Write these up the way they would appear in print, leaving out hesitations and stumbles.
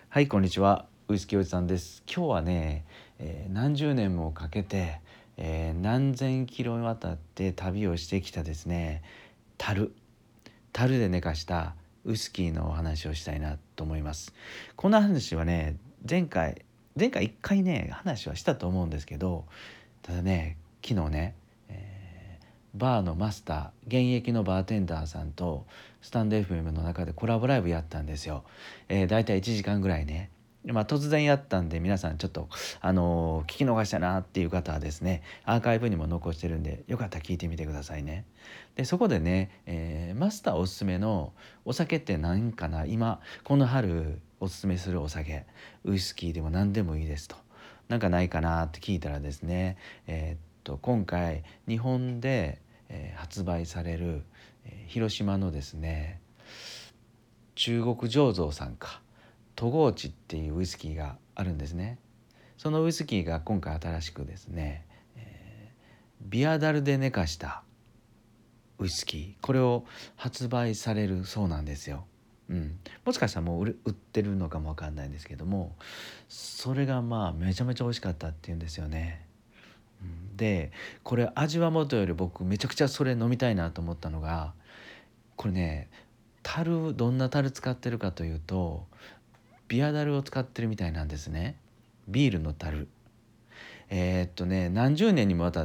はい、こんにちは。ウイスキーおじさんです。今日はね、何十年もかけて、何千キロにわたって旅をしてきたですね、樽で寝かしたウイスキーのお話をしたいなと思います。この話はね、前回一回ね、話はしたと思うんですけど、ただね、昨日ね、バーのマスター、現役のバーテンダーさんとスタンド FM の中でコラボライブやったんですよ。だいたい1時間ぐらいね。突然やったんで皆さんちょっと聞き逃したなっていう方はですね、アーカイブにも残してるんでよかったら聞いてみてくださいね。でそこでね、マスターおすすめのお酒って何かな、今この春おすすめするお酒、ウイスキーでも何でもいいですと、なんかないかなって聞いたらですね、今回日本で、発売される、広島のですね、中国醸造さんか戸河内っていうウイスキーがあるんですね。そのウイスキーが今回新しくですね、ビアダルで寝かしたウイスキー、これを発売されるそうなんですよ。もしかしたらもう売ってるのかもわかんないんですけども、それがめちゃめちゃ美味しかったっていうんですよね。でこれ味はもとより僕めちゃくちゃそれ飲みたいなと思ったのが、これね、どんな樽使ってるかというとビア樽を使ってるみたいなんですね。ビールの樽。何十年にもわたって、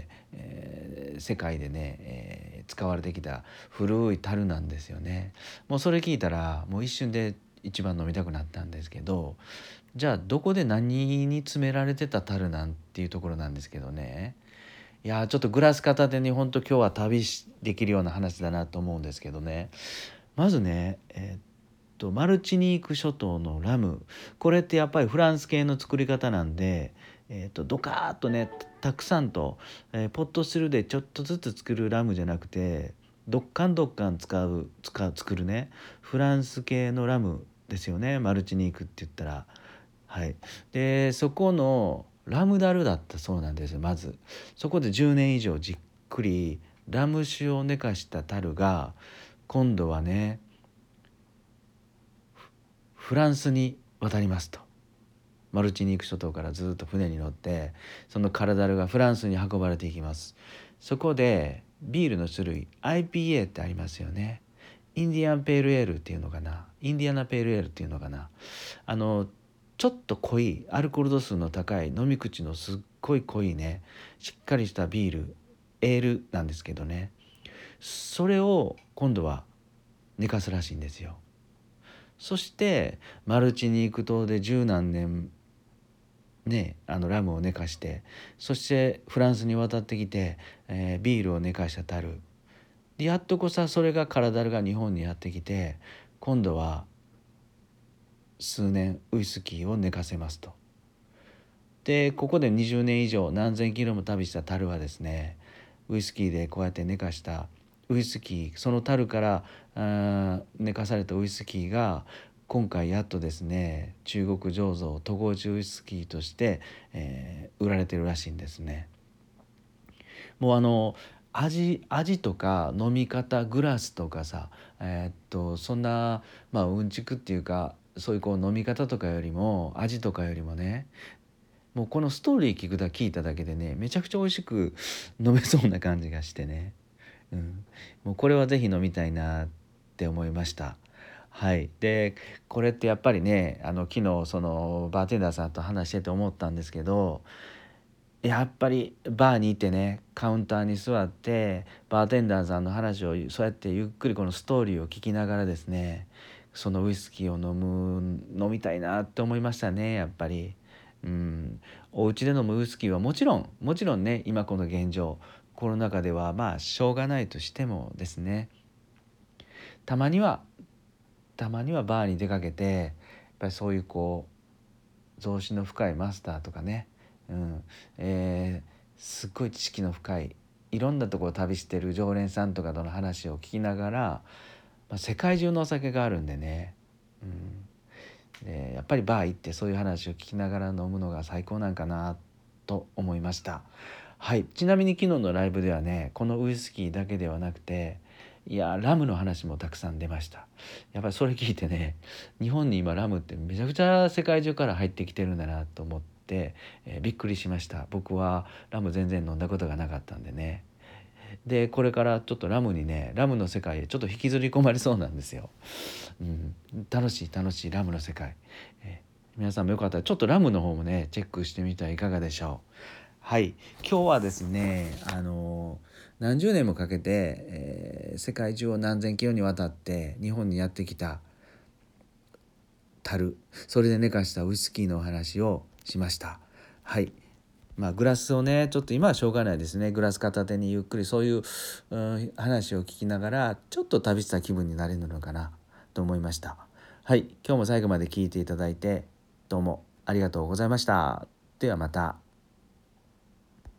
世界でね、使われてきた古い樽なんですよね。もうそれ聞いたらもう一瞬で一番飲みたくなったんですけど、じゃあどこで何に詰められてた樽なんていうところなんですけどね。いやちょっとグラス片手に本当今日はできるような話だなと思うんですけどね。まずね、マルチニーク諸島のラム、これってやっぱりフランス系の作り方なんで、ドカーッとねたくさんと、ポットスルでちょっとずつ作るラムじゃなくて、どっかんどっかん作るねフランス系のラムですよね、マルチニークって言ったら。はい。でそこのラムダルだったそうなんですよ。まずそこで10年以上じっくりラム酒を寝かした樽が今度はねフランスに渡りますと。マルチニーク諸島からずっと船に乗ってそのカラダルがフランスに運ばれていきます。そこでビールの種類 IPA ってありますよね。インディアンペールエールっていうのかな、インディアナペールエールっていうのかな、あのちょっと濃いアルコール度数の高い飲み口のすっごい濃いねしっかりしたビールエールなんですけどね、それを今度は寝かすらしいんですよ。そしてマルチニーク島で十何年ね、ラムを寝かして、そしてフランスに渡ってきて、ビールを寝かした樽で、やっとこさそれがカラダルが日本にやってきて、今度は数年ウイスキーを寝かせますと。でここで20年以上何千キロも旅した樽はですね、ウイスキーでこうやって寝かしたウイスキー、その樽から寝かされたウイスキーが今回やっとですね、中国醸造戸河内ウイスキーとして、売られてるらしいんですね。もう味とか飲み方グラスとかさ、そんなうんちくっていうか、そういう飲み方とかよりも味とかよりもね、もうこのストーリー聞いただけでねめちゃくちゃ美味しく飲めそうな感じがしてね、もうこれはぜひ飲みたいなって思いました。はい。でこれってやっぱりね、昨日そのバーテンダーさんと話してて思ったんですけど、やっぱりバーに行ってねカウンターに座ってバーテンダーさんの話をそうやってゆっくりこのストーリーを聞きながらですね、そのウイスキーを飲みたいなって思いましたね、やっぱり。うん、お家で飲むウイスキーはもちろんね、今この現状コロナ禍ではしょうがないとしてもですね、たまにはバーに出かけてやっぱりそういう造詣の深いマスターとかね、うんすっごい知識の深いいろんなところを旅してる常連さんとかとの話を聞きながら、世界中のお酒があるんでね、やっぱりバー行ってそういう話を聞きながら飲むのが最高なんかなと思いました。はい。ちなみに昨日のライブではねこのウイスキーだけではなくて、 いやラムの話もたくさん出ました。やっぱりそれ聞いてね、日本に今ラムってめちゃくちゃ世界中から入ってきてるんだなと思って、びっくりしました。僕はラム全然飲んだことがなかったんでね。でこれからちょっとラムにね、ラムの世界へちょっと引きずり込まれそうなんですよ。楽しい楽しいラムの世界、皆さんもよかったらちょっとラムの方もねチェックしてみてはいかがでしょう。はい、今日はですね何十年もかけて、世界中を何千キロにわたって日本にやってきた樽、それで寝かしたウイスキーのお話をしました。はい、グラスをねちょっと今はしょうがないですね、グラス片手にゆっくりそういう、話を聞きながらちょっと旅した気分になれるのかなと思いました。はい、今日も最後まで聞いていただいてどうもありがとうございました。ではまた。